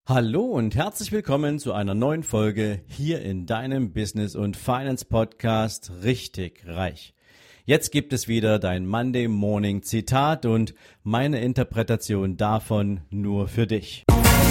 Hallo und herzlich willkommen zu einer neuen Folge hier in deinem Business- und Finance-Podcast Richtig Reich. Jetzt gibt es wieder dein Monday Morning Zitat und meine Interpretation davon nur für dich.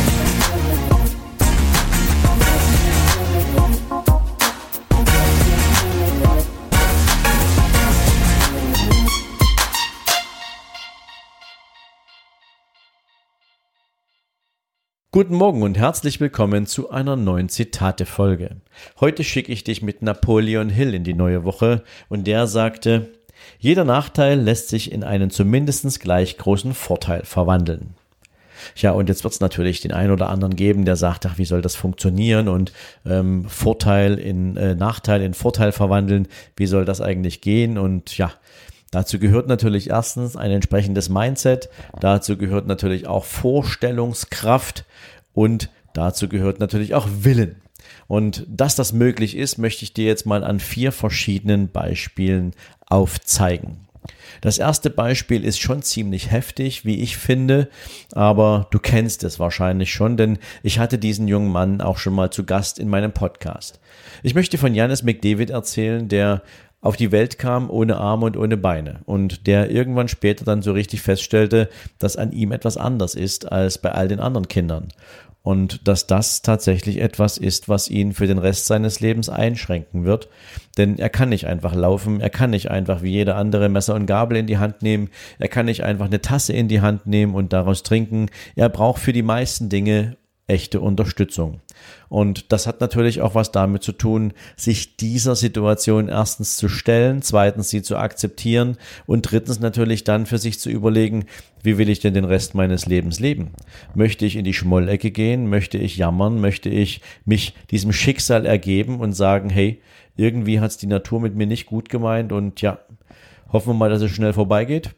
Guten Morgen und herzlich willkommen zu einer neuen Zitate-Folge. Heute schicke ich dich mit Napoleon Hill in die neue Woche und der sagte, jeder Nachteil lässt sich in einen zumindest gleich großen Vorteil verwandeln. Ja, und jetzt wird es natürlich den einen oder anderen geben, der sagt, ach, wie soll das funktionieren und Nachteil in Vorteil verwandeln, wie soll das eigentlich gehen und ja, dazu gehört natürlich erstens ein entsprechendes Mindset, dazu gehört natürlich auch Vorstellungskraft und dazu gehört natürlich auch Willen. Und dass das möglich ist, möchte ich dir jetzt mal an 4 verschiedenen Beispielen aufzeigen. Das erste Beispiel ist schon ziemlich heftig, wie ich finde, aber du kennst es wahrscheinlich schon, denn ich hatte diesen jungen Mann auch schon mal zu Gast in meinem Podcast. Ich möchte von Janis McDavid erzählen, der auf die Welt kam ohne Arme und ohne Beine und der irgendwann später dann so richtig feststellte, dass an ihm etwas anders ist als bei all den anderen Kindern und dass das tatsächlich etwas ist, was ihn für den Rest seines Lebens einschränken wird, denn er kann nicht einfach laufen, er kann nicht einfach wie jeder andere Messer und Gabel in die Hand nehmen, er kann nicht einfach eine Tasse in die Hand nehmen und daraus trinken, er braucht für die meisten Dinge echte Unterstützung. Und das hat natürlich auch was damit zu tun, sich dieser Situation erstens zu stellen, zweitens sie zu akzeptieren und drittens natürlich dann für sich zu überlegen, wie will ich denn den Rest meines Lebens leben? Möchte ich in die Schmollecke gehen? Möchte ich jammern? Möchte ich mich diesem Schicksal ergeben und sagen, hey, irgendwie hat es die Natur mit mir nicht gut gemeint und ja, hoffen wir mal, dass es schnell vorbeigeht?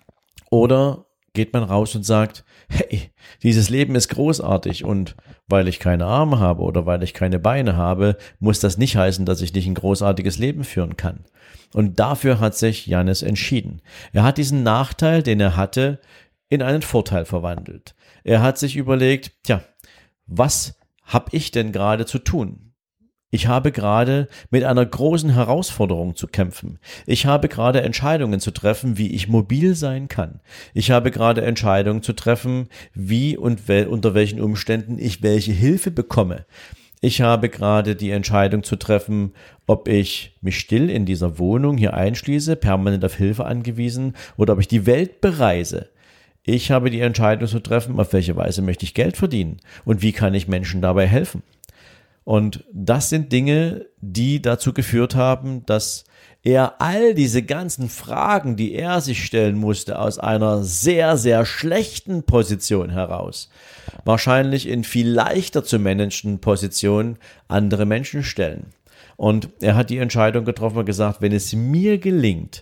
Oder geht man raus und sagt, hey, dieses Leben ist großartig und weil ich keine Arme habe oder weil ich keine Beine habe, muss das nicht heißen, dass ich nicht ein großartiges Leben führen kann. Und dafür hat sich Janis entschieden. Er hat diesen Nachteil, den er hatte, in einen Vorteil verwandelt. Er hat sich überlegt, was habe ich denn gerade zu tun? Ich habe gerade mit einer großen Herausforderung zu kämpfen. Ich habe gerade Entscheidungen zu treffen, wie ich mobil sein kann. Ich habe gerade Entscheidungen zu treffen, wie und unter welchen Umständen ich welche Hilfe bekomme. Ich habe gerade die Entscheidung zu treffen, ob ich mich still in dieser Wohnung hier einschließe, permanent auf Hilfe angewiesen, oder ob ich die Welt bereise. Ich habe die Entscheidung zu treffen, auf welche Weise möchte ich Geld verdienen und wie kann ich Menschen dabei helfen. Und das sind Dinge, die dazu geführt haben, dass er all diese ganzen Fragen, die er sich stellen musste, aus einer sehr, sehr schlechten Position heraus, wahrscheinlich in viel leichter zu managenden Positionen andere Menschen stellen. Und er hat die Entscheidung getroffen und gesagt, wenn es mir gelingt,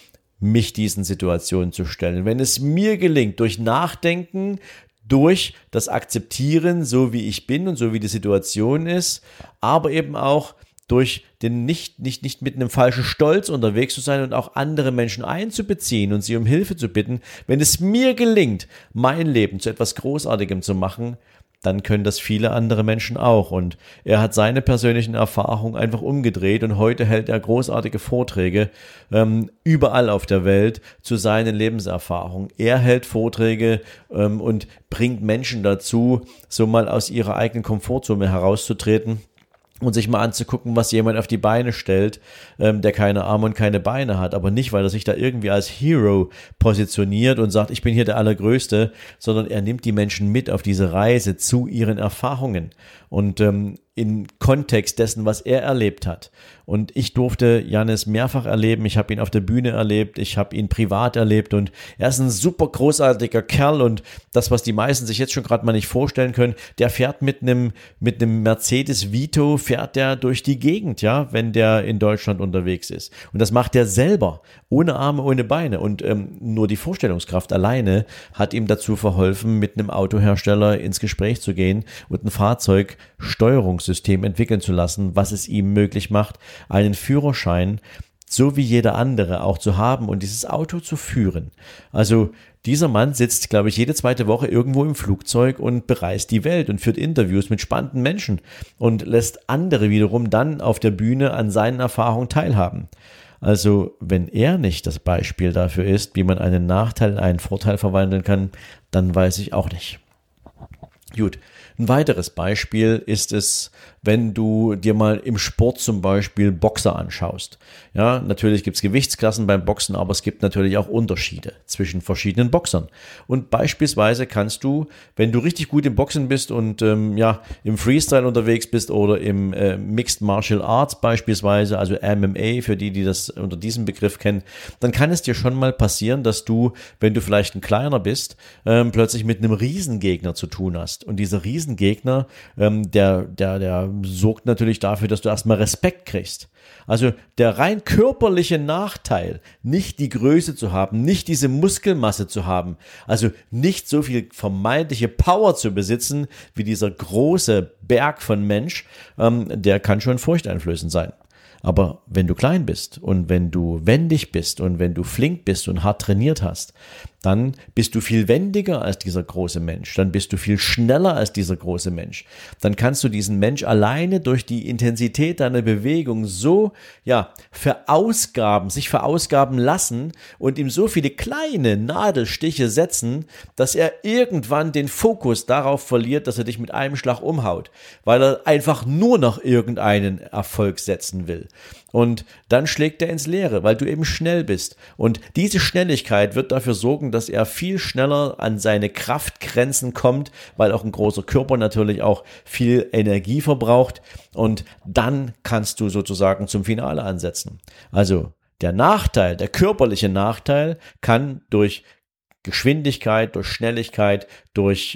mich diesen Situationen zu stellen, wenn es mir gelingt, durch Nachdenken, durch das Akzeptieren, so wie ich bin und so wie die Situation ist, aber eben auch durch den nicht mit einem falschen Stolz unterwegs zu sein und auch andere Menschen einzubeziehen und sie um Hilfe zu bitten. Wenn es mir gelingt, mein Leben zu etwas Großartigem zu machen, dann können das viele andere Menschen auch. Und er hat seine persönlichen Erfahrungen einfach umgedreht und heute hält er großartige Vorträge überall auf der Welt zu seinen Lebenserfahrungen. Er hält Vorträge und bringt Menschen dazu, so mal aus ihrer eigenen Komfortzone herauszutreten und sich mal anzugucken, was jemand auf die Beine stellt, der keine Arme und keine Beine hat. Aber nicht, weil er sich da irgendwie als Hero positioniert und sagt, ich bin hier der Allergrößte, sondern er nimmt die Menschen mit auf diese Reise zu ihren Erfahrungen und in Kontext dessen, was er erlebt hat. Und ich durfte Janis mehrfach erleben, ich habe ihn auf der Bühne erlebt, ich habe ihn privat erlebt und er ist ein super großartiger Kerl und das, was die meisten sich jetzt schon gerade mal nicht vorstellen können, der fährt mit einem Mercedes Vito, fährt der durch die Gegend, ja, wenn der in Deutschland unterwegs ist. Und das macht er selber, ohne Arme, ohne Beine und nur die Vorstellungskraft alleine hat ihm dazu verholfen, mit einem Autohersteller ins Gespräch zu gehen und ein Fahrzeugsteuerungssystem entwickeln zu lassen, was es ihm möglich macht, einen Führerschein so wie jeder andere auch zu haben und dieses Auto zu führen. Also dieser Mann sitzt, glaube ich, jede zweite Woche irgendwo im Flugzeug und bereist die Welt und führt Interviews mit spannenden Menschen und lässt andere wiederum dann auf der Bühne an seinen Erfahrungen teilhaben. Also wenn er nicht das Beispiel dafür ist, wie man einen Nachteil in einen Vorteil verwandeln kann, dann weiß ich auch nicht. Gut, ein weiteres Beispiel ist es, wenn du dir mal im Sport zum Beispiel Boxer anschaust. Ja, natürlich gibt es Gewichtsklassen beim Boxen, aber es gibt natürlich auch Unterschiede zwischen verschiedenen Boxern. Und beispielsweise kannst du, wenn du richtig gut im Boxen bist und im Freestyle unterwegs bist oder im Mixed Martial Arts beispielsweise, also MMA, für die das unter diesem Begriff kennen, dann kann es dir schon mal passieren, dass du, wenn du vielleicht ein kleiner bist, plötzlich mit einem Riesengegner zu tun hast. Und dieser Riesengegner, der sorgt natürlich dafür, dass du erstmal Respekt kriegst. Also der rein körperliche Nachteil, nicht die Größe zu haben, nicht diese Muskelmasse zu haben, also nicht so viel vermeintliche Power zu besitzen wie dieser große Berg von Mensch, der kann schon furchteinflößend sein. Aber wenn du klein bist und wenn du wendig bist und wenn du flink bist und hart trainiert hast, dann bist du viel wendiger als dieser große Mensch, dann bist du viel schneller als dieser große Mensch. Dann kannst du diesen Mensch alleine durch die Intensität deiner Bewegung so, sich verausgaben lassen und ihm so viele kleine Nadelstiche setzen, dass er irgendwann den Fokus darauf verliert, dass er dich mit einem Schlag umhaut, weil er einfach nur noch irgendeinen Erfolg setzen will. Und dann schlägt er ins Leere, weil du eben schnell bist. Und diese Schnelligkeit wird dafür sorgen, dass er viel schneller an seine Kraftgrenzen kommt, weil auch ein großer Körper natürlich auch viel Energie verbraucht. Und dann kannst du sozusagen zum Finale ansetzen. Also der Nachteil, der körperliche Nachteil kann durch Geschwindigkeit, durch Schnelligkeit, durch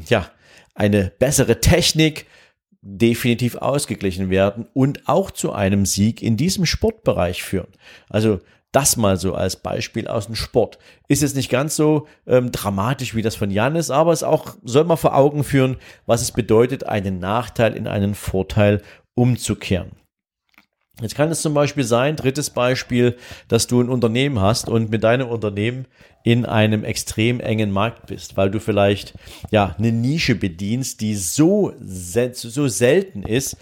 eine bessere Technik definitiv ausgeglichen werden und auch zu einem Sieg in diesem Sportbereich führen. Also das mal so als Beispiel aus dem Sport. Ist jetzt nicht ganz so dramatisch wie das von Jannis, aber es auch soll man vor Augen führen, was es bedeutet, einen Nachteil in einen Vorteil umzukehren. Jetzt kann es zum Beispiel sein, drittes Beispiel, dass du ein Unternehmen hast und mit deinem Unternehmen in einem extrem engen Markt bist, weil du vielleicht eine Nische bedienst, die so selten ist.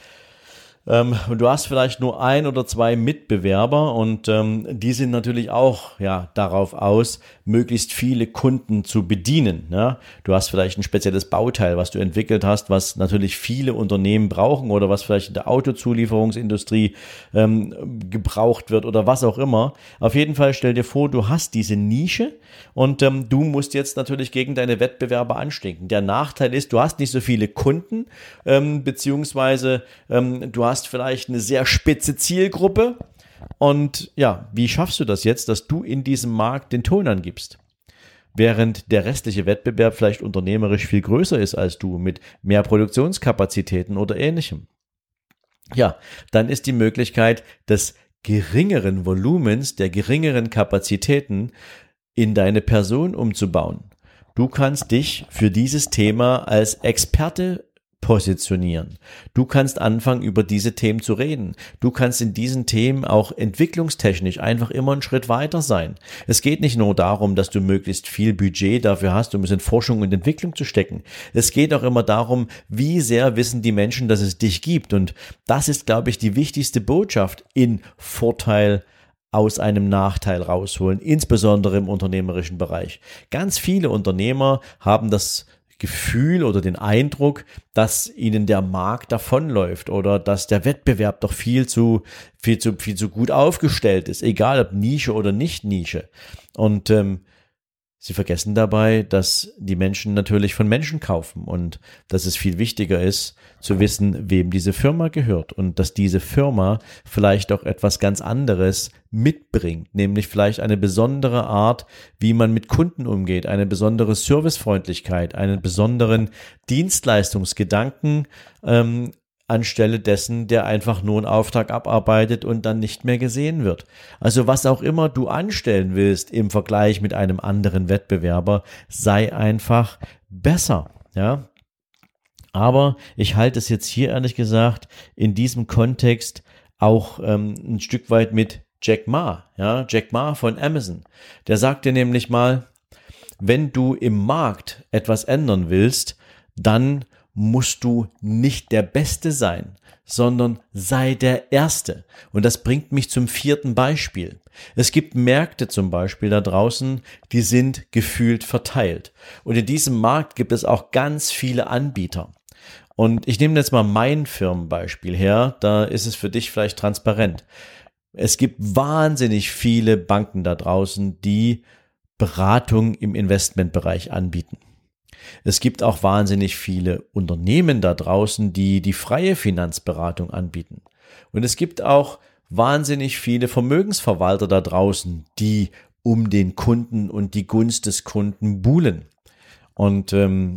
Und du hast vielleicht nur 1 oder 2 Mitbewerber und die sind natürlich auch darauf aus, möglichst viele Kunden zu bedienen. Ja? Du hast vielleicht ein spezielles Bauteil, was du entwickelt hast, was natürlich viele Unternehmen brauchen oder was vielleicht in der Autozulieferungsindustrie gebraucht wird oder was auch immer. Auf jeden Fall stell dir vor, du hast diese Nische und du musst jetzt natürlich gegen deine Wettbewerber anstinken. Der Nachteil ist, du hast nicht so viele Kunden, beziehungsweise du hast vielleicht eine sehr spitze Zielgruppe und wie schaffst du das jetzt, dass du in diesem Markt den Ton angibst? Während der restliche Wettbewerb vielleicht unternehmerisch viel größer ist als du, mit mehr Produktionskapazitäten oder ähnlichem. Ja, dann ist die Möglichkeit des geringeren Volumens, der geringeren Kapazitäten in deine Person umzubauen. Du kannst dich für dieses Thema als Experte positionieren. Du kannst anfangen, über diese Themen zu reden. Du kannst in diesen Themen auch entwicklungstechnisch einfach immer einen Schritt weiter sein. Es geht nicht nur darum, dass du möglichst viel Budget dafür hast, um es in Forschung und Entwicklung zu stecken. Es geht auch immer darum, wie sehr wissen die Menschen, dass es dich gibt. Und das ist, glaube ich, die wichtigste Botschaft in Vorteil aus einem Nachteil rausholen, insbesondere im unternehmerischen Bereich. Ganz viele Unternehmer haben das Gefühl oder den Eindruck, dass ihnen der Markt davonläuft oder dass der Wettbewerb doch viel zu gut aufgestellt ist, egal ob Nische oder nicht Nische. Und sie vergessen dabei, dass die Menschen natürlich von Menschen kaufen und dass es viel wichtiger ist, zu wissen, wem diese Firma gehört und dass diese Firma vielleicht auch etwas ganz anderes mitbringt, nämlich vielleicht eine besondere Art, wie man mit Kunden umgeht, eine besondere Servicefreundlichkeit, einen besonderen Dienstleistungsgedanken, anstelle dessen, der einfach nur einen Auftrag abarbeitet und dann nicht mehr gesehen wird. Also was auch immer du anstellen willst im Vergleich mit einem anderen Wettbewerber, sei einfach besser, ja. Aber ich halte es jetzt hier ehrlich gesagt in diesem Kontext auch ein Stück weit mit Jack Ma, Jack Ma von Amazon. Der sagte nämlich mal, wenn du im Markt etwas ändern willst, dann musst du nicht der Beste sein, sondern sei der Erste. Und das bringt mich zum 4. Beispiel. Es gibt Märkte zum Beispiel da draußen, die sind gefühlt verteilt. Und in diesem Markt gibt es auch ganz viele Anbieter. Und ich nehme jetzt mal mein Firmenbeispiel her, da ist es für dich vielleicht transparent. Es gibt wahnsinnig viele Banken da draußen, die Beratung im Investmentbereich anbieten. Es gibt auch wahnsinnig viele Unternehmen da draußen, die die freie Finanzberatung anbieten. Und es gibt auch wahnsinnig viele Vermögensverwalter da draußen, die um den Kunden und die Gunst des Kunden buhlen. Und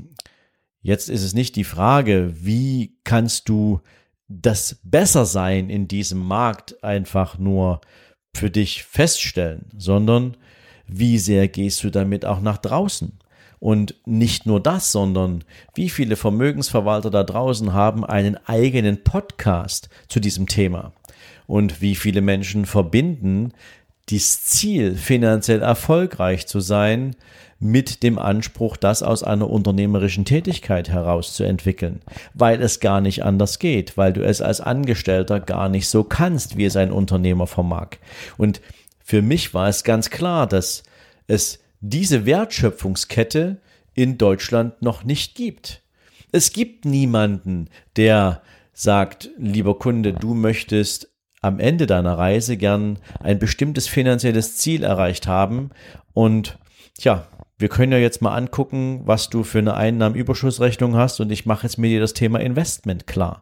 jetzt ist es nicht die Frage, wie kannst du das Bessersein in diesem Markt einfach nur für dich feststellen, sondern wie sehr gehst du damit auch nach draußen? Und nicht nur das, sondern wie viele Vermögensverwalter da draußen haben einen eigenen Podcast zu diesem Thema? Und wie viele Menschen verbinden das Ziel, finanziell erfolgreich zu sein, mit dem Anspruch, das aus einer unternehmerischen Tätigkeit heraus zu entwickeln, weil es gar nicht anders geht, weil du es als Angestellter gar nicht so kannst, wie es ein Unternehmer vermag. Und für mich war es ganz klar, dass es diese Wertschöpfungskette in Deutschland noch nicht gibt. Es gibt niemanden, der sagt, lieber Kunde, du möchtest am Ende deiner Reise gern ein bestimmtes finanzielles Ziel erreicht haben und wir können ja jetzt mal angucken, was du für eine Einnahmenüberschussrechnung hast und ich mache jetzt mir dir das Thema Investment klar.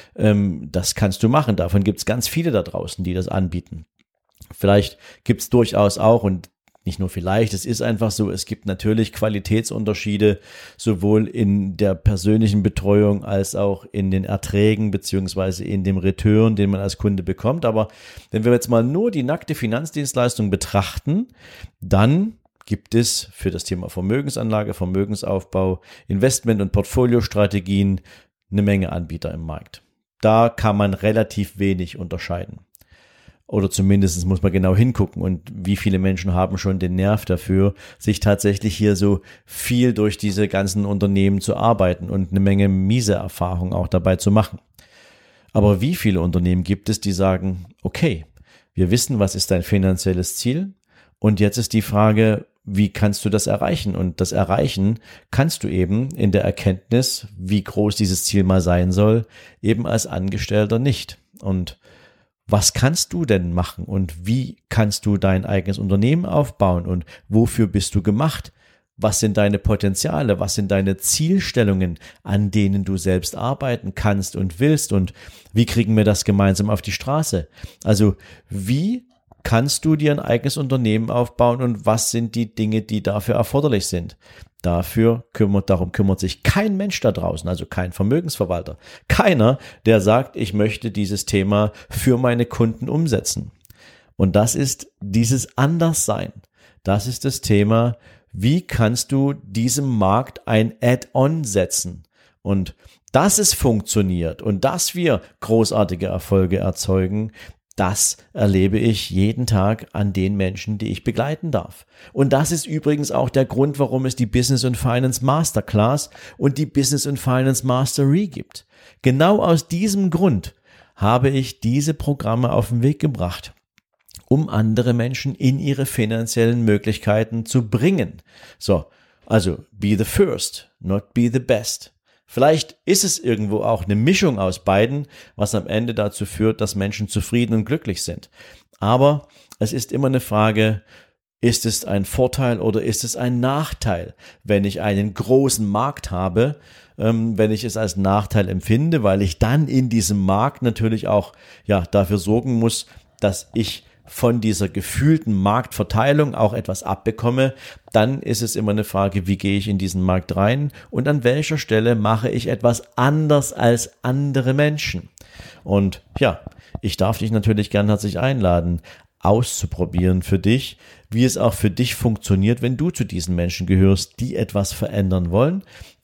Das kannst du machen, davon gibt es ganz viele da draußen, die das anbieten. Vielleicht gibt es durchaus auch, und nicht nur vielleicht, es ist einfach so, es gibt natürlich Qualitätsunterschiede, sowohl in der persönlichen Betreuung als auch in den Erträgen beziehungsweise in dem Return, den man als Kunde bekommt. Aber wenn wir jetzt mal nur die nackte Finanzdienstleistung betrachten, dann gibt es für das Thema Vermögensanlage, Vermögensaufbau, Investment- und Portfoliostrategien eine Menge Anbieter im Markt. Da kann man relativ wenig unterscheiden. Oder zumindest muss man genau hingucken und wie viele Menschen haben schon den Nerv dafür, sich tatsächlich hier so viel durch diese ganzen Unternehmen zu arbeiten und eine Menge miese Erfahrungen auch dabei zu machen. Aber wie viele Unternehmen gibt es, die sagen, okay, wir wissen, was ist dein finanzielles Ziel und jetzt ist die Frage, wie kannst du das erreichen? Und das Erreichen kannst du eben in der Erkenntnis, wie groß dieses Ziel mal sein soll, eben als Angestellter nicht. Und was kannst du denn machen und wie kannst du dein eigenes Unternehmen aufbauen und wofür bist du gemacht? Was sind deine Potenziale? Was sind deine Zielstellungen, an denen du selbst arbeiten kannst und willst? Und wie kriegen wir das gemeinsam auf die Straße? Also wie kannst du dir ein eigenes Unternehmen aufbauen und was sind die Dinge, die dafür erforderlich sind? Darum kümmert sich kein Mensch da draußen, also kein Vermögensverwalter. Keiner, der sagt, ich möchte dieses Thema für meine Kunden umsetzen. Und das ist dieses Anderssein. Das ist das Thema, wie kannst du diesem Markt ein Add-on setzen? Und dass es funktioniert und dass wir großartige Erfolge erzeugen, das erlebe ich jeden Tag an den Menschen, die ich begleiten darf. Und das ist übrigens auch der Grund, warum es die Business and Finance Masterclass und die Business and Finance Mastery gibt. Genau aus diesem Grund habe ich diese Programme auf den Weg gebracht, um andere Menschen in ihre finanziellen Möglichkeiten zu bringen. So, also be the first, not be the best. Vielleicht ist es irgendwo auch eine Mischung aus beiden, was am Ende dazu führt, dass Menschen zufrieden und glücklich sind. Aber es ist immer eine Frage, ist es ein Vorteil oder ist es ein Nachteil, wenn ich einen großen Markt habe, wenn ich es als Nachteil empfinde, weil ich dann in diesem Markt natürlich auch dafür sorgen muss, dass ich von dieser gefühlten Marktverteilung auch etwas abbekomme, dann ist es immer eine Frage, wie gehe ich in diesen Markt rein und an welcher Stelle mache ich etwas anders als andere Menschen. Und ich darf dich natürlich gern herzlich einladen, auszuprobieren für dich, wie es auch für dich funktioniert, wenn du zu diesen Menschen gehörst, die etwas verändern wollen,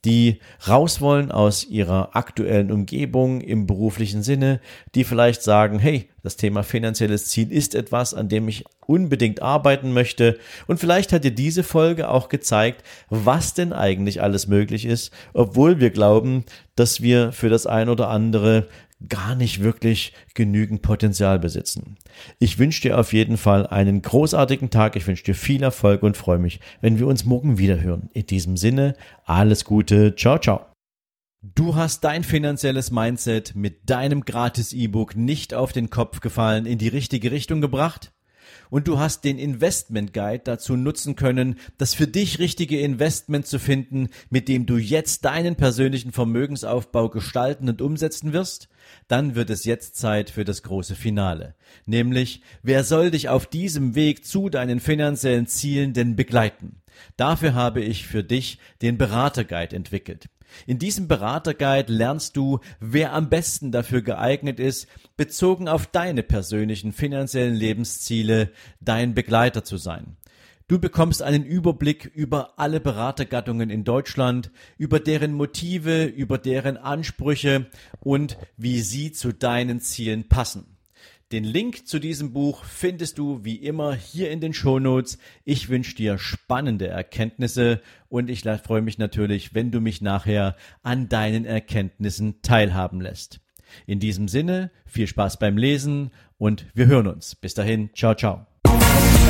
die raus wollen aus ihrer aktuellen Umgebung im beruflichen Sinne, die vielleicht sagen, hey, das Thema finanzielles Ziel ist etwas, an dem ich unbedingt arbeiten möchte. Und vielleicht hat dir diese Folge auch gezeigt, was denn eigentlich alles möglich ist, obwohl wir glauben, dass wir für das ein oder andere gar nicht wirklich genügend Potenzial besitzen. Ich wünsche dir auf jeden Fall einen großartigen Tag. Ich wünsche dir viel Erfolg und freue mich, wenn wir uns morgen wieder hören. In diesem Sinne, alles Gute. Ciao, ciao. Du hast dein finanzielles Mindset mit deinem Gratis-E-Book nicht auf den Kopf gefallen, in die richtige Richtung gebracht? Und du hast den Investment Guide dazu nutzen können, das für dich richtige Investment zu finden, mit dem du jetzt deinen persönlichen Vermögensaufbau gestalten und umsetzen wirst? Dann wird es jetzt Zeit für das große Finale. Nämlich, wer soll dich auf diesem Weg zu deinen finanziellen Zielen denn begleiten? Dafür habe ich für dich den Beraterguide entwickelt. In diesem Beraterguide lernst du, wer am besten dafür geeignet ist, bezogen auf deine persönlichen finanziellen Lebensziele, dein Begleiter zu sein. Du bekommst einen Überblick über alle Beratergattungen in Deutschland, über deren Motive, über deren Ansprüche und wie sie zu deinen Zielen passen. Den Link zu diesem Buch findest du wie immer hier in den Shownotes. Ich wünsche dir spannende Erkenntnisse und ich freue mich natürlich, wenn du mich nachher an deinen Erkenntnissen teilhaben lässt. In diesem Sinne, viel Spaß beim Lesen und wir hören uns. Bis dahin, ciao, ciao.